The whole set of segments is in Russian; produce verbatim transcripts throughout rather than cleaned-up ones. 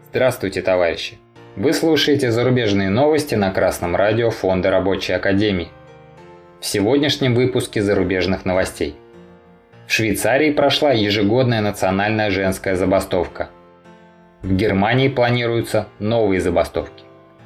Здравствуйте, товарищи! Вы слушаете зарубежные новости на Красном радио Фонда Рабочей Академии. В сегодняшнем выпуске зарубежных новостей. В Швейцарии прошла ежегодная национальная женская забастовка. В Германии планируются новые забастовки.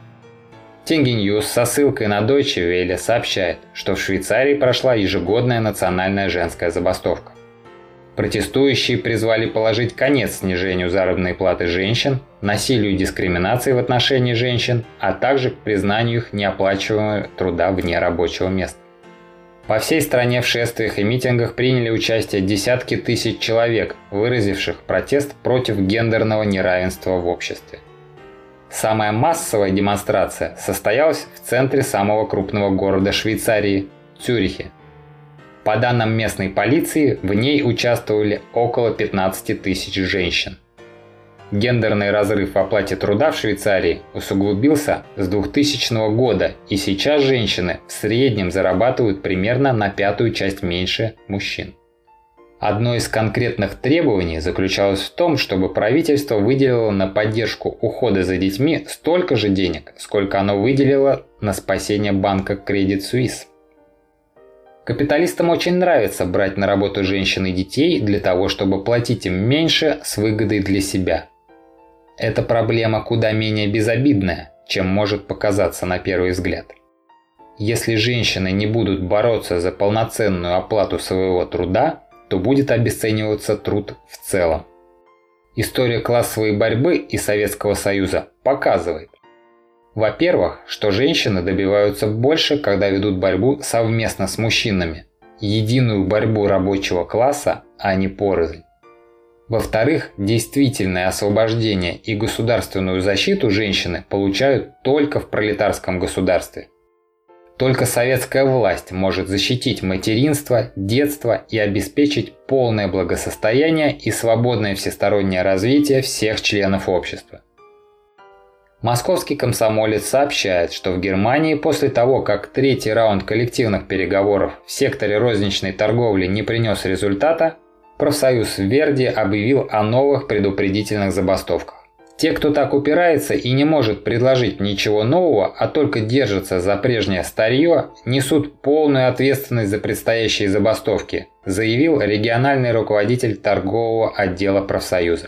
Тенге Ньюс со ссылкой на Deutsche Welle сообщает, что в Швейцарии прошла ежегодная национальная женская забастовка. Протестующие призвали положить конец снижению заработной платы женщин, насилию и дискриминации в отношении женщин, а также к признанию их неоплачиваемого труда вне рабочего места. По всей стране в шествиях и митингах приняли участие десятки тысяч человек, выразивших протест против гендерного неравенства в обществе. Самая массовая демонстрация состоялась в центре самого крупного города Швейцарии – Цюрихе. По данным местной полиции, в ней участвовали около пятнадцати тысяч женщин. Гендерный разрыв в оплате труда в Швейцарии усугубился с двухтысячного года, и сейчас женщины в среднем зарабатывают примерно на пятую часть меньше мужчин. Одно из конкретных требований заключалось в том, чтобы правительство выделило на поддержку ухода за детьми столько же денег, сколько оно выделило на спасение банка Credit Suisse. Капиталистам очень нравится брать на работу женщин и детей для того, чтобы платить им меньше с выгодой для себя. Эта проблема куда менее безобидная, чем может показаться на первый взгляд. Если женщины не будут бороться за полноценную оплату своего труда, то будет обесцениваться труд в целом. История классовой борьбы и Советского Союза показывает, во-первых, что женщины добиваются больше, когда ведут борьбу совместно с мужчинами, единую борьбу рабочего класса, а не порознь. Во-вторых, действительное освобождение и государственную защиту женщины получают только в пролетарском государстве. Только советская власть может защитить материнство, детство и обеспечить полное благосостояние и свободное всестороннее развитие всех членов общества. Московский комсомолец сообщает, что в Германии после того, как третий раунд коллективных переговоров в секторе розничной торговли не принес результата, профсоюз Верди объявил о новых предупредительных забастовках. Те, кто так упирается и не может предложить ничего нового, а только держится за прежнее старье, несут полную ответственность за предстоящие забастовки, заявил региональный руководитель торгового отдела профсоюза.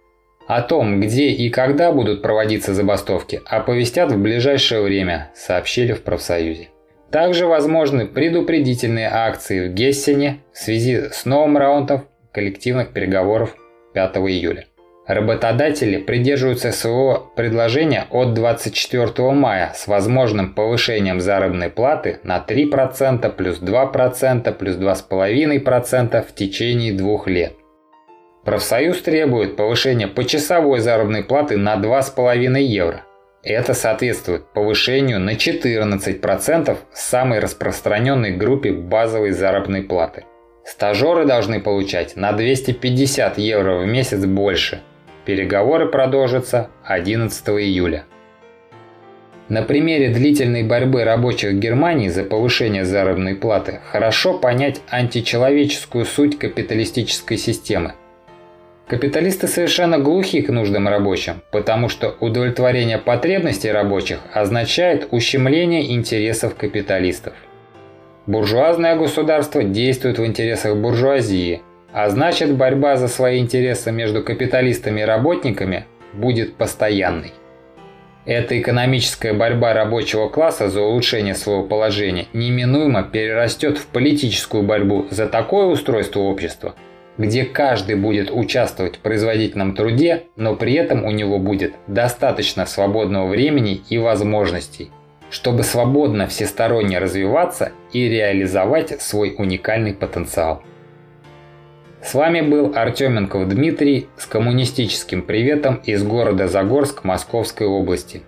О том, где и когда будут проводиться забастовки, оповестят в ближайшее время, сообщили в профсоюзе. Также возможны предупредительные акции в Гессене в связи с новым раундом коллективных переговоров пятого июля. Работодатели придерживаются своего предложения от двадцать четвёртого мая с возможным повышением заработной платы на три процента плюс два процента плюс два целых пять десятых процента в течение двух лет. Профсоюз требует повышения почасовой заработной платы на два с половиной евро. Это соответствует повышению на четырнадцать процентов в самой распространенной группе базовой заработной платы. Стажеры должны получать на двести пятьдесят евро в месяц больше. Переговоры продолжатся одиннадцатого июля. На примере длительной борьбы рабочих Германии за повышение заработной платы хорошо понять античеловеческую суть капиталистической системы. Капиталисты совершенно глухи к нуждам рабочим, потому что удовлетворение потребностей рабочих означает ущемление интересов капиталистов. Буржуазное государство действует в интересах буржуазии, а значит, борьба за свои интересы между капиталистами и работниками будет постоянной. Эта экономическая борьба рабочего класса за улучшение своего положения неминуемо перерастет в политическую борьбу за такое устройство общества, где каждый будет участвовать в производительном труде, но при этом у него будет достаточно свободного времени и возможностей, чтобы свободно всесторонне развиваться и реализовать свой уникальный потенциал. С вами был Артеменков Дмитрий с коммунистическим приветом из города Загорск Московской области.